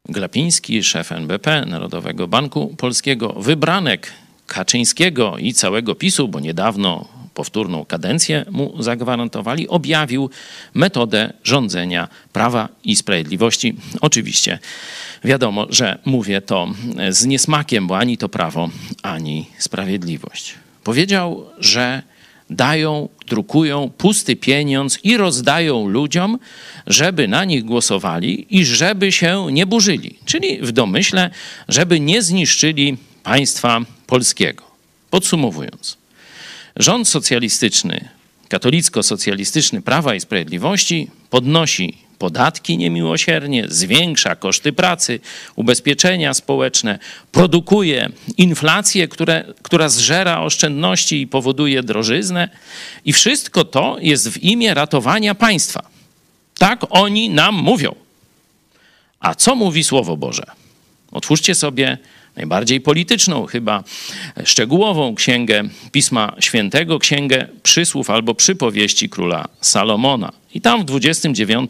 Glapiński, szef NBP, Narodowego Banku Polskiego, wybranek Kaczyńskiego i całego PiS-u, bo niedawno powtórną kadencję mu zagwarantowali, objawił metodę rządzenia Prawa i Sprawiedliwości. Oczywiście wiadomo, że mówię to z niesmakiem, bo ani to prawo, ani sprawiedliwość. Powiedział, że drukują pusty pieniądz i rozdają ludziom, żeby na nich głosowali i żeby się nie burzyli. Czyli w domyśle, żeby nie zniszczyli państwa polskiego. Podsumowując, rząd socjalistyczny, katolicko-socjalistyczny Prawa i Sprawiedliwości podnosi podatki niemiłosiernie, zwiększa koszty pracy, ubezpieczenia społeczne, produkuje inflację, która zżera oszczędności i powoduje drożyznę. I wszystko to jest w imię ratowania państwa. Tak oni nam mówią. A co mówi Słowo Boże? Otwórzcie sobie najbardziej polityczną, chyba szczegółową księgę Pisma Świętego, księgę Przysłów albo Przypowieści króla Salomona. I tam w 29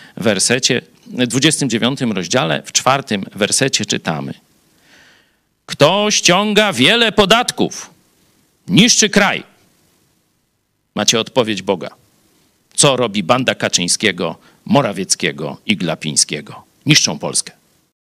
rozdziale, w 4 wersecie czytamy: kto ściąga wiele podatków, niszczy kraj. Macie odpowiedź Boga. Co robi banda Kaczyńskiego, Morawieckiego i Glapińskiego? Niszczą Polskę.